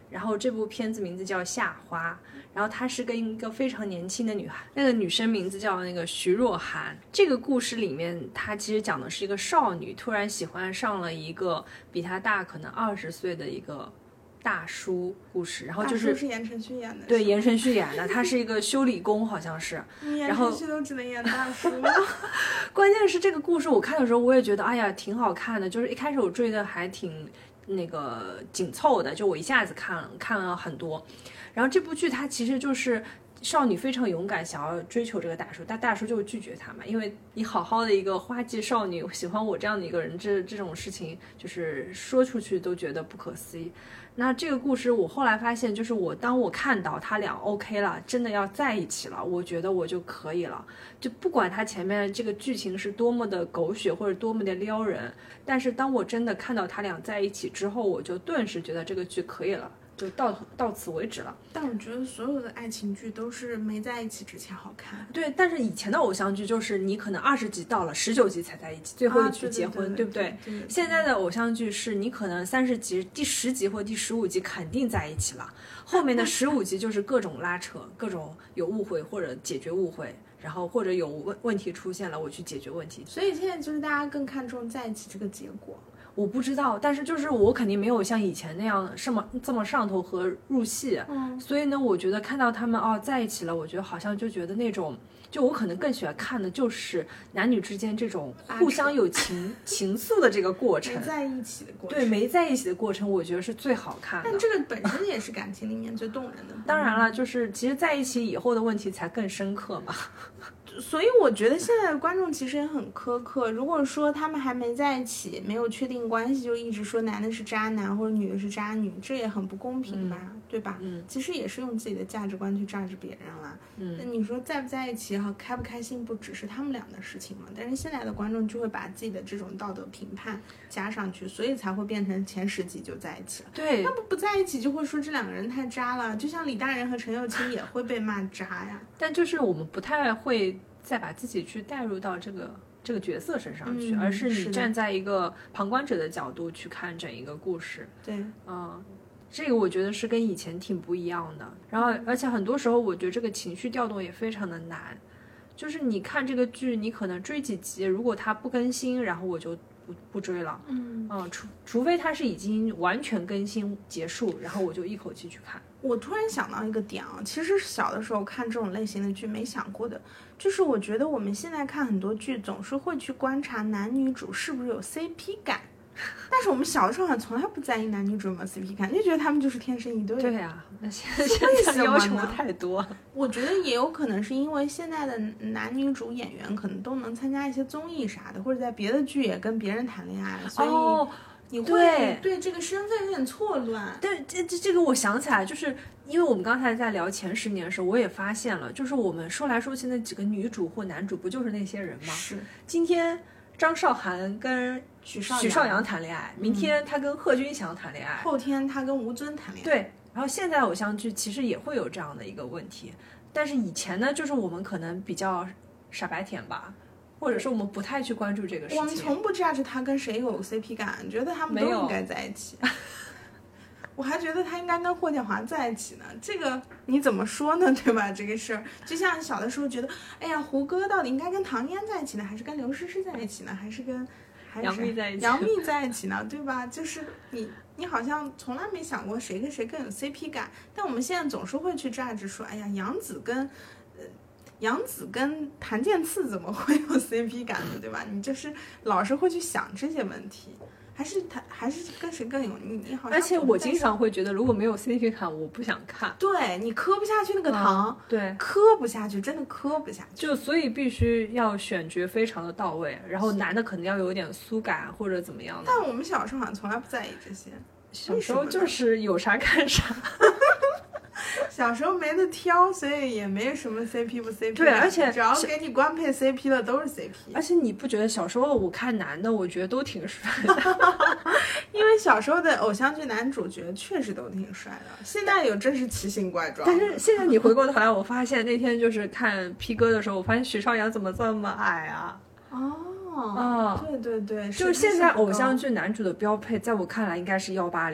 Speaker 1: 然后这部片子名字叫《夏花》，然后她是跟一个非常年轻的女孩，那个女生名字叫那个徐若涵。这个故事里面，她其实讲的是一个少女突然喜欢上了一个比她大可能20岁的一个大叔故事，然后就是
Speaker 2: 言承旭演的，
Speaker 1: 对，言承旭演的，他是一个修理工好像是，
Speaker 2: 言承旭都只能演大叔。
Speaker 1: 关键是这个故事我看的时候，我也觉得哎呀挺好看的，就是一开始我追的还挺那个紧凑的，就我一下子看了很多。然后这部剧它其实就是少女非常勇敢，想要追求这个大叔，但大叔就拒绝她嘛，因为你好好的一个花季少女喜欢我这样的一个人，这种事情就是说出去都觉得不可思议。那这个故事我后来发现，就是当我看到他俩 OK 了，真的要在一起了，我觉得我就可以了，就不管他前面这个剧情是多么的狗血或者多么的撩人，但是当我真的看到他俩在一起之后，我就顿时觉得这个剧可以了，就到此为止了。
Speaker 2: 但我觉得所有的爱情剧都是没在一起之前好看。
Speaker 1: 对，但是以前的偶像剧就是你可能20集到了19集才在一起，最后一局结婚，对不对？现在的偶像剧是你可能30集第10集或第15集肯定在一起了，后面的15集就是各种拉扯，各种有误会或者解决误会，然后或者有问题出现了我去解决问题。
Speaker 2: 所以现在就是大家更看重在一起这个结果。
Speaker 1: 我不知道，但是就是我肯定没有像以前那样这么上头和入戏，所以呢，我觉得看到他们在一起了，我觉得好像就觉得那种，就我可能更喜欢看的就是男女之间这种互相有情愫的这个过程，
Speaker 2: 没在一起的过程，
Speaker 1: 对，没在一起的过程，我觉得是最好看的。
Speaker 2: 但这个本身也是感情里面最动人的。
Speaker 1: 当然了，就是其实在一起以后的问题才更深刻嘛。
Speaker 2: 所以我觉得现在的观众其实也很苛刻，如果说他们还没在一起，没有确定关系，就一直说男的是渣男或者女的是渣女，这也很不公平吧，对吧？其实也是用自己的价值观去榨制别人了。那你说在不在一起开不开心，不只是他们俩的事情嘛？但是现在的观众就会把自己的这种道德评判加上去，所以才会变成前10集就在一起了。
Speaker 1: 对，
Speaker 2: 要不在一起就会说这两个人太渣了，就像李大人和陈又青也会被骂渣呀。
Speaker 1: 但就是我们不太会再把自己去带入到这个角色身上去，而是你站在一个旁观者的角度去看整一个故事。
Speaker 2: 对，
Speaker 1: 这个我觉得是跟以前挺不一样的。然后，而且很多时候我觉得这个情绪调动也非常的难。就是你看这个剧，你可能追几集，如果它不更新，然后我就不追了。除非它是已经完全更新结束，然后我就一口气去看。
Speaker 2: 我突然想到一个点其实小的时候看这种类型的剧没想过的，就是我觉得我们现在看很多剧总是会去观察男女主是不是有 CP 感，但是我们小的时候好像从来不在意男女主有没有 CP 感，就觉得他们就是天生一对。
Speaker 1: 对啊，那现在要求太多。
Speaker 2: 我觉得也有可能是因为现在的男女主演员可能都能参加一些综艺啥的，或者在别的剧也跟别人谈恋爱，所以你会对这个身份有点错乱。
Speaker 1: 但这个我想起来，就是因为我们刚才在聊前10年的时候，我也发现了，就是我们说来说去那几个女主或男主不就是那些人吗？
Speaker 2: 是。
Speaker 1: 今天张韶涵跟许绍洋谈恋爱，明天他跟贺军翔谈恋爱，
Speaker 2: 后天他跟吴尊谈恋爱。
Speaker 1: 对，然后现在偶像剧其实也会有这样的一个问题，但是以前呢，就是我们可能比较傻白甜吧，或者说我们不太去关注这个事情。
Speaker 2: 我们从不价值他跟谁有 CP 感，觉得他们都应该在一起。我还觉得他应该跟霍建华在一起呢，这个你怎么说呢？对吧？这个事儿就像小的时候觉得，哎呀，胡歌到底应该跟唐嫣在一起呢，还是跟刘诗诗在一起呢，还是跟
Speaker 1: 杨幂在一起？
Speaker 2: 杨幂在一起呢，对吧？就是你好像从来没想过谁跟谁更有 CP 感，但我们现在总是会去榨汁说，哎呀，杨紫跟谭健次怎么会有 CP 感呢？对吧？你就是老是会去想这些问题。还是跟谁更有你好像。
Speaker 1: 而且我经常会觉得，如果没有 CP 感，我不想看。
Speaker 2: 对，你磕不下去那个糖，
Speaker 1: 对，
Speaker 2: 磕不下去，真的磕不下去。
Speaker 1: 就所以必须要选角非常的到位，然后男的可能要有点酥感或者怎么样的。
Speaker 2: 但我们小时候好像从来不在意这些，
Speaker 1: 小时候就是有啥看啥。
Speaker 2: 小时候没得挑，所以也没什么 CP 不 CP。
Speaker 1: 对，而且
Speaker 2: 只要给你官配 CP 的都是 CP。
Speaker 1: 而且你不觉得小时候我看男的，我觉得都挺帅的，
Speaker 2: 因为小时候的偶像剧男主角确实都挺帅的。现在有真是奇形怪状。
Speaker 1: 但是现在你回过头来，我发现那天就是看 P 哥的时候，我发现许绍洋怎么这么矮啊？
Speaker 2: 对对对，
Speaker 1: 就是现在偶像剧男主的标配，在我看来应该是180。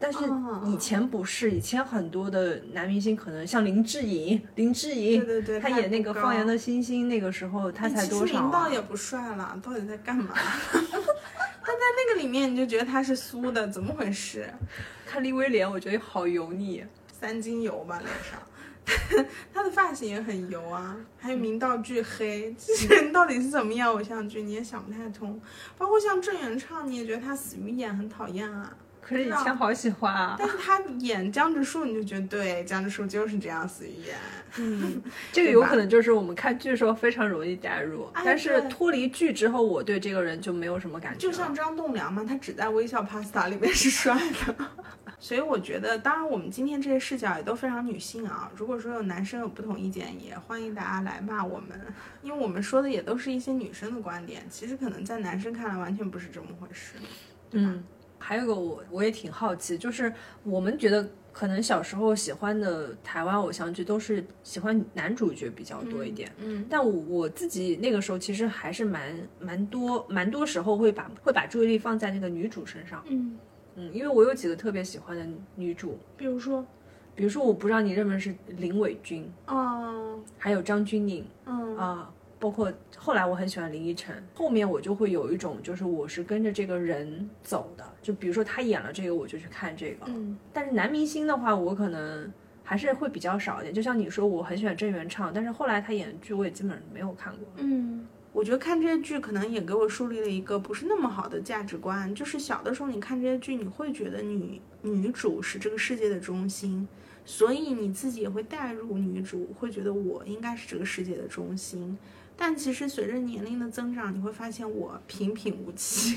Speaker 1: 但是以前不是，以前很多的男明星可能像林志颖，
Speaker 2: 对，
Speaker 1: 他演那个《放羊的星星》，那个时候他才多少、啊？
Speaker 2: 其实林道也不帅了，到底在干嘛？他在那个里面你就觉得他是酥的，怎么回事？
Speaker 1: 看利威廉，我觉得好油腻
Speaker 2: ，3斤油吧脸上。他的发型也很油啊，还有明道巨黑，这些人到底是怎么样偶像剧你也想不太通。包括像郑元畅，你也觉得他死鱼眼很讨厌啊。
Speaker 1: 可是以前好喜欢啊，
Speaker 2: 但是他演江直树你就觉得对，江直树就是这样死鱼眼。
Speaker 1: 这个有可能就是我们看剧的时候非常容易代入，但是脱离剧之后我对这个人就没有什么感觉。
Speaker 2: 就像张栋梁嘛，他只在微笑 Pasta 里面是帅的。所以我觉得当然我们今天这些视角也都非常女性啊，如果说有男生有不同意见也欢迎大家来骂我们，因为我们说的也都是一些女生的观点，其实可能在男生看来完全不是这么回事，对吧？
Speaker 1: 还有个我也挺好奇，就是我们觉得可能小时候喜欢的台湾偶像剧都是喜欢男主角比较多一点，但我自己那个时候其实还是蛮多时候会把注意力放在那个女主身上，因为我有几个特别喜欢的女主，比如说我不知道你认不认识林伟君，还有张钧甯，包括后来我很喜欢林依晨，后面我就会有一种就是我是跟着这个人走的，就比如说他演了这个我就去看这个，但是男明星的话我可能还是会比较少一点，就像你说我很喜欢郑元畅，但是后来他演的剧我也基本上没有看过。我觉得看这些剧可能也给我树立了一个不是那么好的价值观，就是小的时候你看这些剧你会觉得女主是这个世界的中心，所以你自己也会带入女主，会觉得我应该是这个世界的中心。但其实随着年龄的增长，你会发现我平平无奇，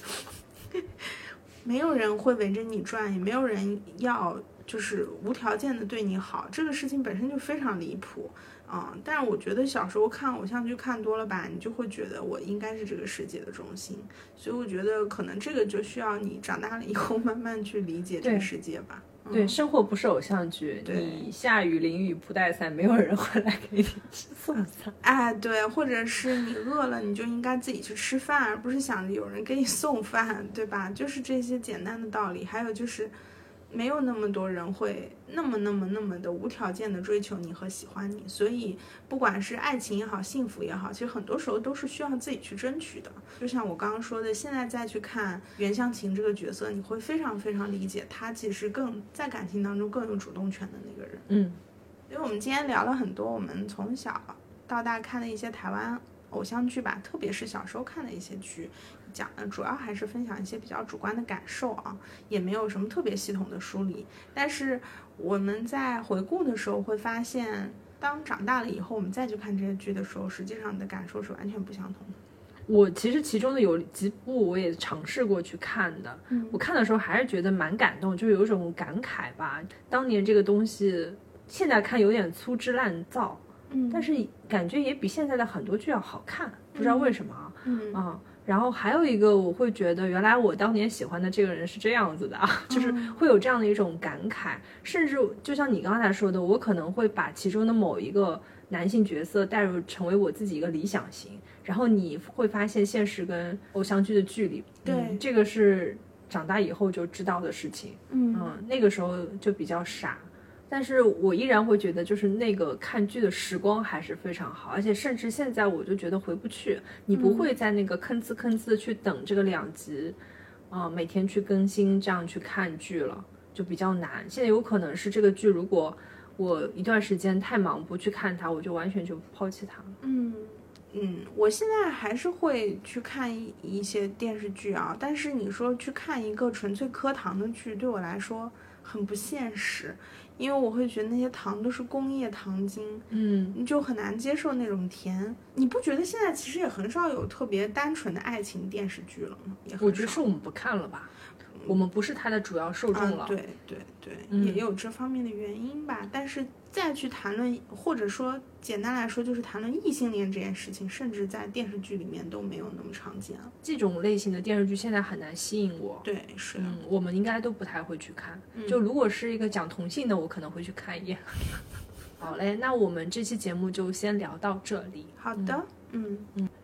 Speaker 1: 没有人会围着你转，也没有人要就是无条件的对你好，这个事情本身就非常离谱。但是我觉得小时候看偶像剧看多了吧，你就会觉得我应该是这个世界的中心，所以我觉得可能这个就需要你长大了以后慢慢去理解这个世界吧。 对，生活不是偶像剧，你下雨淋雨不带伞，没有人会来给你送伞。
Speaker 2: 对，或者是你饿了，你就应该自己去吃饭，而不是想着有人给你送饭，对吧？就是这些简单的道理。还有就是没有那么多人会那么的无条件的追求你和喜欢你，所以不管是爱情也好，幸福也好，其实很多时候都是需要自己去争取的。就像我刚刚说的，现在再去看袁湘琴这个角色，你会非常非常理解她其实更在感情当中更有主动权的那个人。所以我们今天聊了很多我们从小到大看的一些台湾偶像剧吧，特别是小时候看的一些剧，讲的主要还是分享一些比较主观的感受啊，也没有什么特别系统的梳理。但是我们在回顾的时候会发现，当长大了以后我们再去看这些剧的时候，实际上你的感受是完全不相同的。
Speaker 1: 我其实其中的有几部我也尝试过去看的，我看的时候还是觉得蛮感动，就有一种感慨吧，当年这个东西现在看有点粗制滥造，但是感觉也比现在的很多剧要好看，不知道为什么然后还有一个我会觉得原来我当年喜欢的这个人是这样子的就是会有这样的一种感慨，甚至就像你刚才说的，我可能会把其中的某一个男性角色带入成为我自己一个理想型，然后你会发现现实跟偶像剧的距离，
Speaker 2: 对，
Speaker 1: 这个是长大以后就知道的事情，那个时候就比较傻，但是我依然会觉得就是那个看剧的时光还是非常好，而且甚至现在我就觉得回不去，你不会在那个吭哧去等这个2集每天去更新这样去看剧了，就比较难。现在有可能是这个剧如果我一段时间太忙不去看它，我就完全就抛弃它了。
Speaker 2: 我现在还是会去看一些电视剧啊，但是你说去看一个纯粹磕糖的剧对我来说很不现实，因为我会觉得那些糖都是工业糖精，你就很难接受那种甜。你不觉得现在其实也很少有特别单纯的爱情电视剧了吗？
Speaker 1: 我觉得是我们不看了吧，我们不是它的主要受众了。
Speaker 2: 对，也有这方面的原因吧。但是再去谈论，或者说简单来说就是谈论异性恋这件事情，甚至在电视剧里面都没有那么常见了。
Speaker 1: 这种类型的电视剧现在很难吸引我。
Speaker 2: 对，是的，
Speaker 1: 我们应该都不太会去看。就如果是一个讲同性的，我可能会去看一眼。好嘞，那我们这期节目就先聊到这里。
Speaker 2: 好的，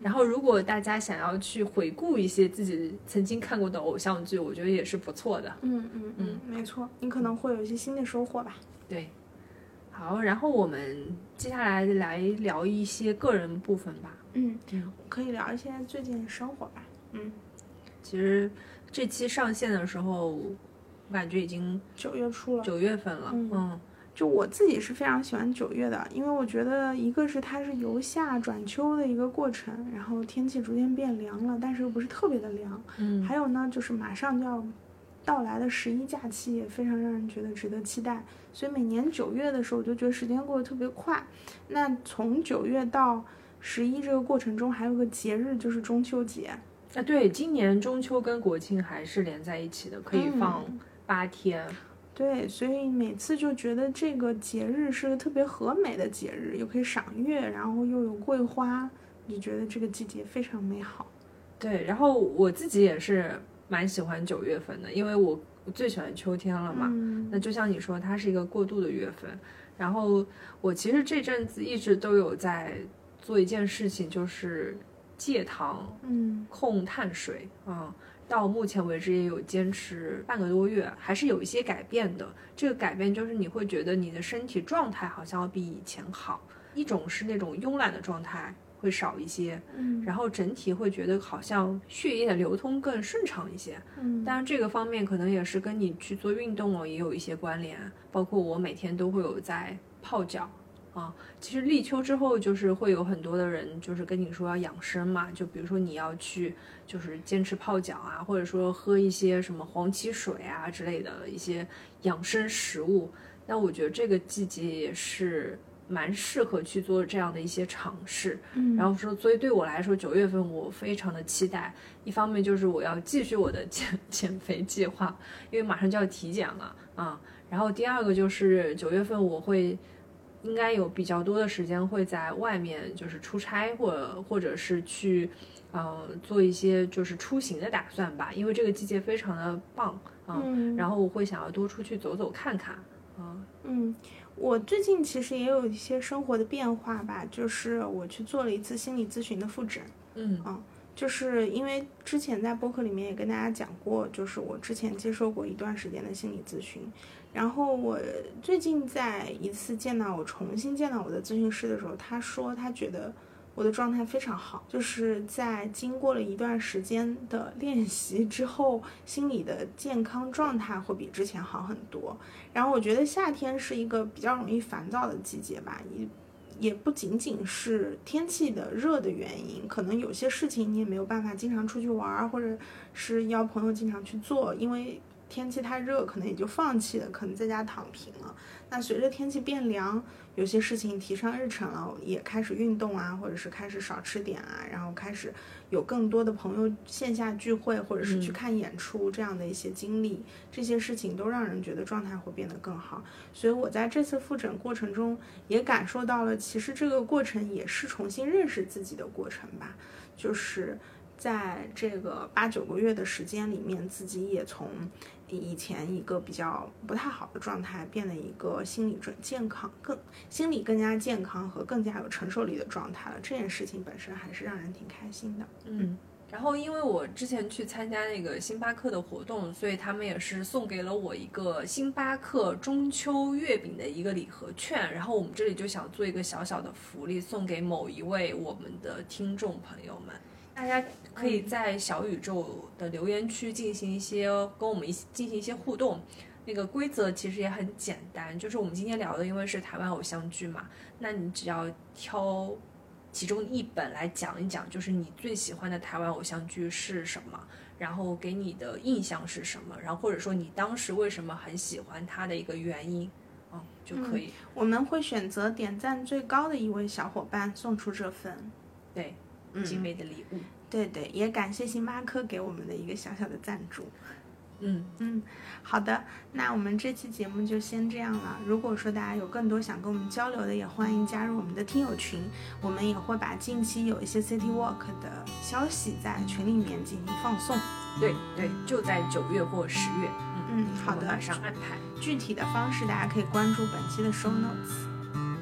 Speaker 1: 然后如果大家想要去回顾一些自己曾经看过的偶像剧，我觉得也是不错的。
Speaker 2: 没错，你可能会有一些新的收获吧。
Speaker 1: 对，好，然后我们接下来聊一些个人部分吧。
Speaker 2: 可以聊一些最近的生活吧。
Speaker 1: 其实这期上线的时候，我感觉已经
Speaker 2: 9月初了，
Speaker 1: 9月份了。
Speaker 2: 就我自己是非常喜欢9月的，因为我觉得一个是它是由夏转秋的一个过程，然后天气逐渐变凉了，但是又不是特别的凉。还有呢，就是马上就要到来的11假期也非常让人觉得值得期待，所以每年9月的时候，我就觉得时间过得特别快。那从9月到11这个过程中，还有个节日就是中秋节。
Speaker 1: 对，今年中秋跟国庆还是连在一起的，可以放8天。
Speaker 2: 对，所以每次就觉得这个节日是个特别和美的节日，又可以赏月，然后又有桂花，就觉得这个季节非常美好。
Speaker 1: 对，然后我自己也是蛮喜欢9月份的，因为我最喜欢秋天了嘛。那就像你说，它是一个过渡的月份。然后我其实这阵子一直都有在做一件事情，就是戒糖，控碳水到目前为止也有坚持半个多月，还是有一些改变的。这个改变就是你会觉得你的身体状态好像要比以前好，一种是那种慵懒的状态会少一些，然后整体会觉得好像血液的流通更顺畅一些。当然这个方面可能也是跟你去做运动也有一些关联，包括我每天都会有在泡脚。其实立秋之后就是会有很多的人就是跟你说要养生嘛，就比如说你要去就是坚持泡脚啊，或者说喝一些什么黄芪水啊之类的一些养生食物。那我觉得这个季节也是蛮适合去做这样的一些尝试。然后说，所以对我来说9月份我非常的期待，一方面就是我要继续我的减肥计划，因为马上就要体检了然后第二个就是9月份我会应该有比较多的时间会在外面就是出差或者是去做一些就是出行的打算吧，因为这个季节非常的棒然后我会想要多出去走走看看
Speaker 2: 我最近其实也有一些生活的变化吧，就是我去做了一次心理咨询的复诊。就是因为之前在播客里面也跟大家讲过，就是我之前接受过一段时间的心理咨询，然后我最近在一次重新见到我的咨询师的时候，他说他觉得我的状态非常好，就是在经过了一段时间的练习之后，心理的健康状态会比之前好很多。然后我觉得夏天是一个比较容易烦躁的季节吧，也不仅仅是天气的热的原因，可能有些事情你也没有办法经常出去玩，或者是邀朋友经常去做，因为天气太热可能也就放弃了，可能在家躺平了。那随着天气变凉，有些事情提上日程了，也开始运动啊，或者是开始少吃点啊，然后开始有更多的朋友线下聚会，或者是去看演出这样的一些经历，这些事情都让人觉得状态会变得更好。所以我在这次复诊过程中也感受到了，其实这个过程也是重新认识自己的过程吧，就是在这个8、9个月的时间里面，自己也从以前一个比较不太好的状态变得一个心理更加健康和更加有承受力的状态了。这件事情本身还是让人挺开心的。
Speaker 1: 然后因为我之前去参加那个星巴克的活动，所以他们也是送给了我一个星巴克中秋月饼的一个礼盒券，然后我们这里就想做一个小小的福利，送给某一位我们的听众朋友们。大家可以在小宇宙的留言区跟我们进行一些互动。那个规则其实也很简单，就是我们今天聊的因为是台湾偶像剧嘛，那你只要挑其中一本来讲一讲，就是你最喜欢的台湾偶像剧是什么，然后给你的印象是什么，然后或者说你当时为什么很喜欢它的一个原因就可以。
Speaker 2: 我们会选择点赞最高的一位小伙伴送出这份
Speaker 1: 对精美的礼物。
Speaker 2: 对，也感谢星巴克给我们的一个小小的赞助。好的，那我们这期节目就先这样了。如果说大家有更多想跟我们交流的，也欢迎加入我们的听友群，我们也会把近期有一些 City Walk 的消息在群里面进行放送。
Speaker 1: 对，就在9月或10月。
Speaker 2: 好的，
Speaker 1: 马上安排。
Speaker 2: 具体的方式大家可以关注本期的 show notes。
Speaker 1: 好的，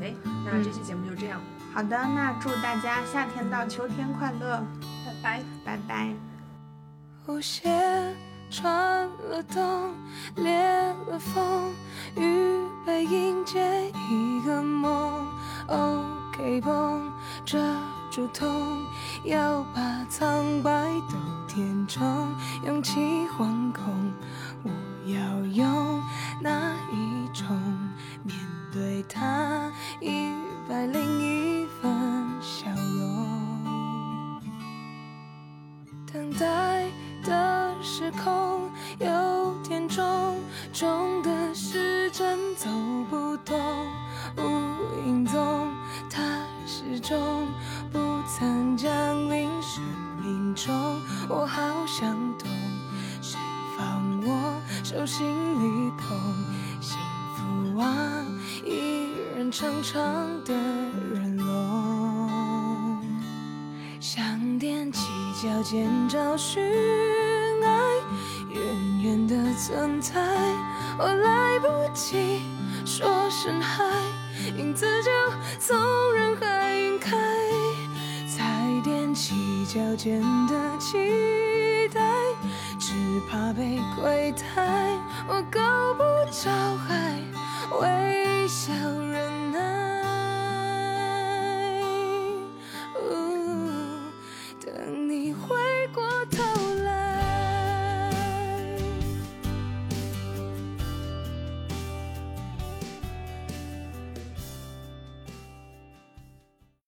Speaker 1: OK， 那这期节目就这样。
Speaker 2: 好的，那祝大家夏天到秋天快乐，
Speaker 1: 拜拜，
Speaker 2: 拜拜。
Speaker 3: 舞鞋穿了冬，裂了缝，预备迎接一个梦。OK 绷遮住痛，要把苍白都填充，勇气惶恐，我要用哪一种面对它101分笑容？等待的时空有点重，重的时针走不动，无影踪，它始终不曾降临生命中。我好想懂，谁放我手心里捧？幸福啊，一人长长的人龙，想踮起脚尖找寻爱，远远的存在，我来不及说声嗨，影子就从人海晕开，才踮起脚尖的期待，只怕被亏待，我够不着海，微笑